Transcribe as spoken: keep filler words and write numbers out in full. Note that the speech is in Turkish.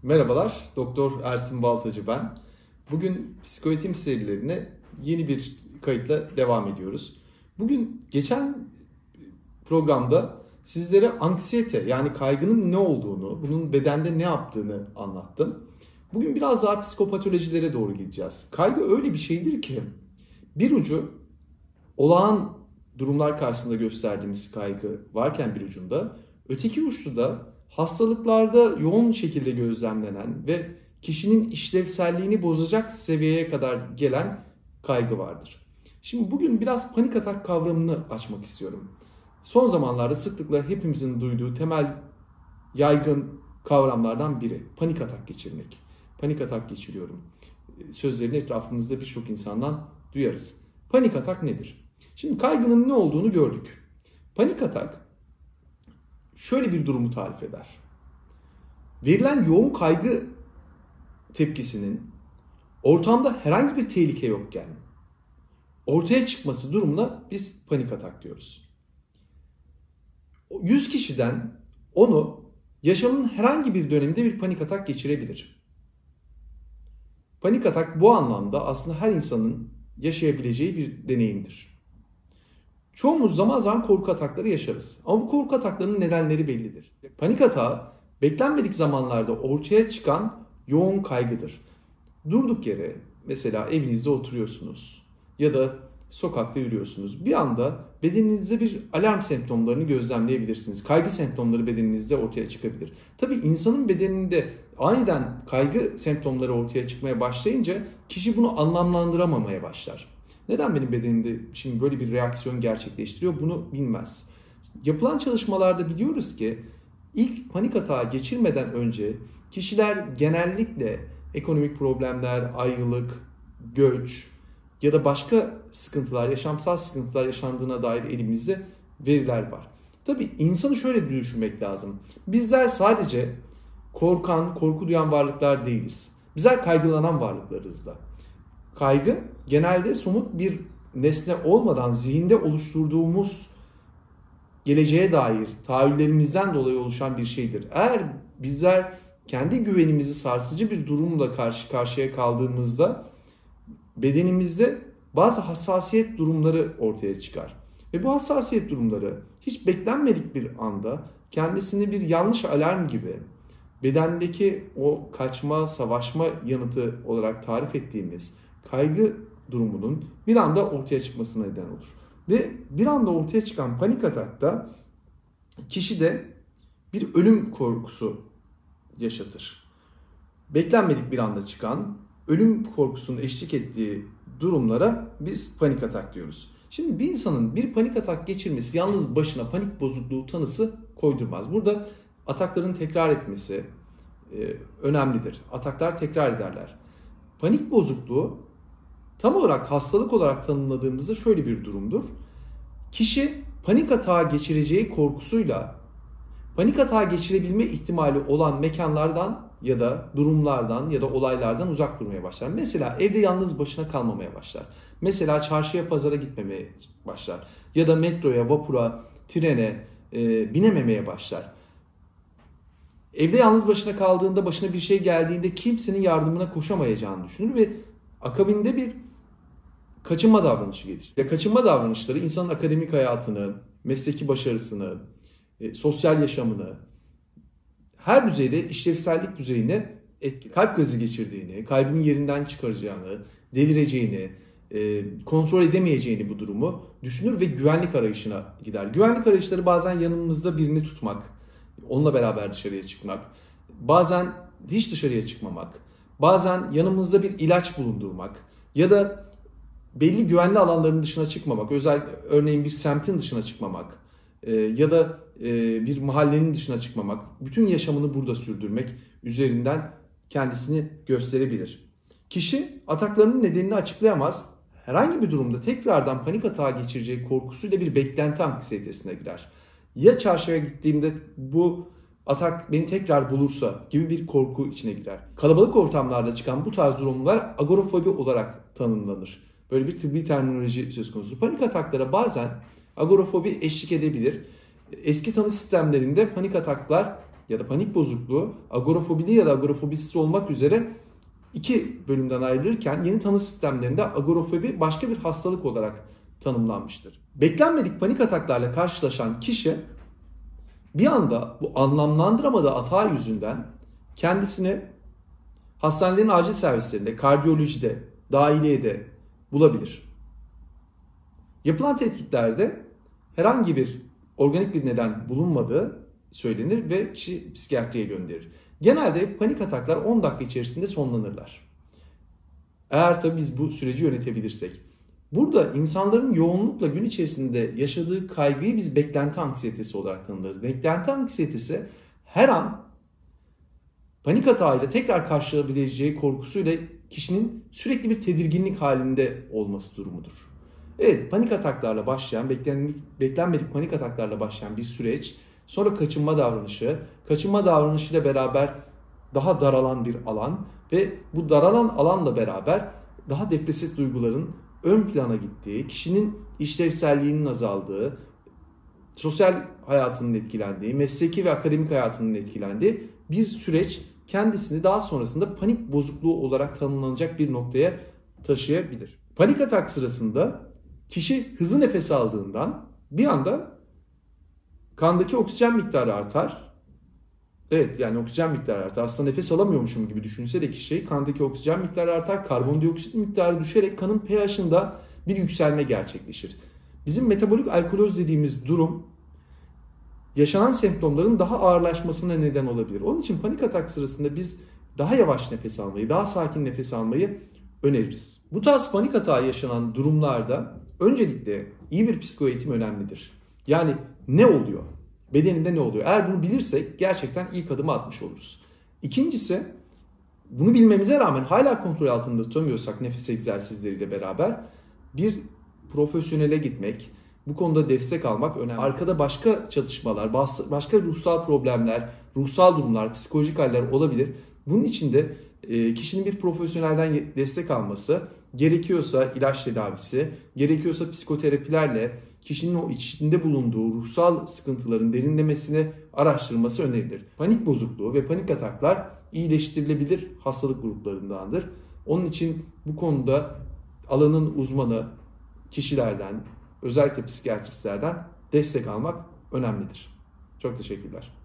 Merhabalar, Doktor Ersin Baltacı ben. Bugün psikoeğitim serilerine yeni bir kayıtla devam ediyoruz. Bugün geçen programda sizlere anksiyete yani kaygının ne olduğunu, bunun bedende ne yaptığını anlattım. Bugün biraz daha psikopatolojilere doğru gideceğiz. Kaygı öyle bir şeydir ki bir ucu olağan durumlar karşısında gösterdiğimiz kaygı varken bir ucunda, öteki uçta da hastalıklarda yoğun şekilde gözlemlenen ve kişinin işlevselliğini bozacak seviyeye kadar gelen kaygı vardır. Şimdi bugün biraz panik atak kavramını açmak istiyorum. Son zamanlarda sıklıkla hepimizin duyduğu temel yaygın kavramlardan biri panik atak geçirmek. Panik atak geçiriyorum. Sözlerini etrafımızda birçok insandan duyarız. Panik atak nedir? Şimdi kaygının ne olduğunu gördük. Panik atak şöyle bir durumu tarif eder. Verilen yoğun kaygı tepkisinin ortamda herhangi bir tehlike yokken ortaya çıkması durumuna biz panik atak diyoruz. yüz kişiden onu yaşamının herhangi bir döneminde bir panik atak geçirebilir. Panik atak bu anlamda aslında her insanın yaşayabileceği bir deneyimdir. Çoğumuz zaman zaman korku atakları yaşarız. Ama bu korku ataklarının nedenleri bellidir. Panik atağı beklenmedik zamanlarda ortaya çıkan yoğun kaygıdır. Durduk yere mesela evinizde oturuyorsunuz ya da sokakta yürüyorsunuz. Bir anda bedeninizde bir alarm semptomlarını gözlemleyebilirsiniz. Kaygı semptomları bedeninizde ortaya çıkabilir. Tabii insanın bedeninde aniden kaygı semptomları ortaya çıkmaya başlayınca kişi bunu anlamlandıramamaya başlar. Neden benim bedenimde şimdi böyle bir reaksiyon gerçekleştiriyor bunu bilmez. Yapılan çalışmalarda biliyoruz ki ilk panik atağı geçirmeden önce kişiler genellikle ekonomik problemler, ayrılık, göç ya da başka sıkıntılar, yaşamsal sıkıntılar yaşandığına dair elimizde veriler var. Tabii insanı şöyle bir düşünmek lazım. Bizler sadece korkan, korku duyan varlıklar değiliz. Bizler kaygılanan varlıklarız da. Kaygı genelde somut bir nesne olmadan zihinde oluşturduğumuz geleceğe dair tahayyüllerimizden dolayı oluşan bir şeydir. Eğer bizler kendi güvenimizi sarsıcı bir durumla karşı karşıya kaldığımızda bedenimizde bazı hassasiyet durumları ortaya çıkar. Ve bu hassasiyet durumları hiç beklenmedik bir anda kendisini bir yanlış alarm gibi bedendeki o kaçma, savaşma yanıtı olarak tarif ettiğimiz kaygı durumunun bir anda ortaya çıkmasına neden olur. Ve bir anda ortaya çıkan panik atakta kişide bir ölüm korkusu yaşatır. Beklenmedik bir anda çıkan ölüm korkusunun eşlik ettiği durumlara biz panik atak diyoruz. Şimdi bir insanın bir panik atak geçirmesi yalnız başına panik bozukluğu tanısı koydurmaz. Burada atakların tekrar etmesi e, önemlidir. Ataklar tekrar ederler. Panik bozukluğu tam olarak hastalık olarak tanımladığımızda şöyle bir durumdur. Kişi panik atağı geçireceği korkusuyla panik atağı geçirebilme ihtimali olan mekanlardan ya da durumlardan ya da olaylardan uzak durmaya başlar. Mesela evde yalnız başına kalmamaya başlar. Mesela çarşıya, pazara gitmemeye başlar. Ya da metroya, vapura, trene e, binememeye başlar. Evde yalnız başına kaldığında, başına bir şey geldiğinde kimsenin yardımına koşamayacağını düşünür ve akabinde bir kaçınma davranışı gelişir. Ve kaçınma davranışları insanın akademik hayatını, mesleki başarısını, e, sosyal yaşamını, her düzeyde işlevsellik düzeyine etkiler. Kalp krizi geçirdiğini, kalbinin yerinden çıkaracağını, delireceğini, e, kontrol edemeyeceğini bu durumu düşünür ve güvenlik arayışına gider. Güvenlik arayışları bazen yanımızda birini tutmak, onunla beraber dışarıya çıkmak, bazen hiç dışarıya çıkmamak, bazen yanımızda bir ilaç bulundurmak ya da belli güvenli alanların dışına çıkmamak, özellikle örneğin bir semtin dışına çıkmamak e, ya da e, bir mahallenin dışına çıkmamak, bütün yaşamını burada sürdürmek üzerinden kendisini gösterebilir. Kişi ataklarının nedenini açıklayamaz, herhangi bir durumda tekrardan panik atağı geçireceği korkusuyla bir beklenti anksiyetesine girer. Ya çarşıya gittiğimde bu atak beni tekrar bulursa gibi bir korku içine girer. Kalabalık ortamlarda çıkan bu tarz durumlar agorafobi olarak tanımlanır. Böyle bir tıbbi terminoloji söz konusu. Panik ataklara bazen agorafobi eşlik edebilir. Eski tanı sistemlerinde panik ataklar ya da panik bozukluğu agorafobili ya da agorafobisiz olmak üzere iki bölümden ayrılırken yeni tanı sistemlerinde agorafobi başka bir hastalık olarak tanımlanmıştır. Beklenmedik panik ataklarla karşılaşan kişi bir anda bu anlamlandıramadığı hata yüzünden kendisini hastanelerin acil servislerinde, kardiyolojide, dahiliyede bulabilir. Yapılan tetkiklerde herhangi bir organik bir neden bulunmadığı söylenir ve kişi psikiyatriye gönderilir. Genelde panik ataklar on dakika içerisinde sonlanırlar. Eğer tabii biz bu süreci yönetebilirsek. Burada insanların yoğunlukla gün içerisinde yaşadığı kaygıyı biz beklenti anksiyetesi olarak tanımlarız. Beklenti anksiyetesi her an panik atağıyla tekrar karşılaşabileceği korkusuyla kişinin sürekli bir tedirginlik halinde olması durumudur. Evet, panik ataklarla başlayan, beklenmedik panik ataklarla başlayan bir süreç, sonra kaçınma davranışı, kaçınma davranışıyla beraber daha daralan bir alan ve bu daralan alanla beraber daha depresif duyguların ön plana gittiği, kişinin işlevselliğinin azaldığı, sosyal hayatının etkilendiği, mesleki ve akademik hayatının etkilendiği bir süreç kendisini daha sonrasında panik bozukluğu olarak tanımlanacak bir noktaya taşıyabilir. Panik atak sırasında kişi hızlı nefes aldığından bir anda kandaki oksijen miktarı artar. Evet, yani oksijen miktarı artar. Aslında nefes alamıyormuşum gibi düşünse de kişi kandaki oksijen miktarı artar. Karbondioksit miktarı düşerek kanın pH'ında bir yükselme gerçekleşir. Bizim metabolik alkaloz dediğimiz durum yaşanan semptomların daha ağırlaşmasına neden olabilir. Onun için panik atak sırasında biz daha yavaş nefes almayı, daha sakin nefes almayı öneririz. Bu tarz panik atağı yaşanan durumlarda öncelikle iyi bir psikoeğitim önemlidir. Yani ne oluyor? Bedeninde ne oluyor? Eğer bunu bilirsek gerçekten ilk adımı atmış oluruz. İkincisi, bunu bilmemize rağmen hala kontrol altında tutamıyorsak nefes egzersizleriyle beraber bir profesyonele gitmek, bu konuda destek almak önemli. Arkada başka çatışmalar, başka ruhsal problemler, ruhsal durumlar, psikolojik haller olabilir. Bunun için de kişinin bir profesyonelden destek alması, gerekiyorsa ilaç tedavisi, gerekiyorsa psikoterapilerle kişinin o içinde bulunduğu ruhsal sıkıntıların derinlemesine araştırılması önerilir. Panik bozukluğu ve panik ataklar iyileştirilebilir hastalık gruplarındandır. Onun için bu konuda alanın uzmanı kişilerden, özellikle psikiyatristlerden destek almak önemlidir. Çok teşekkürler.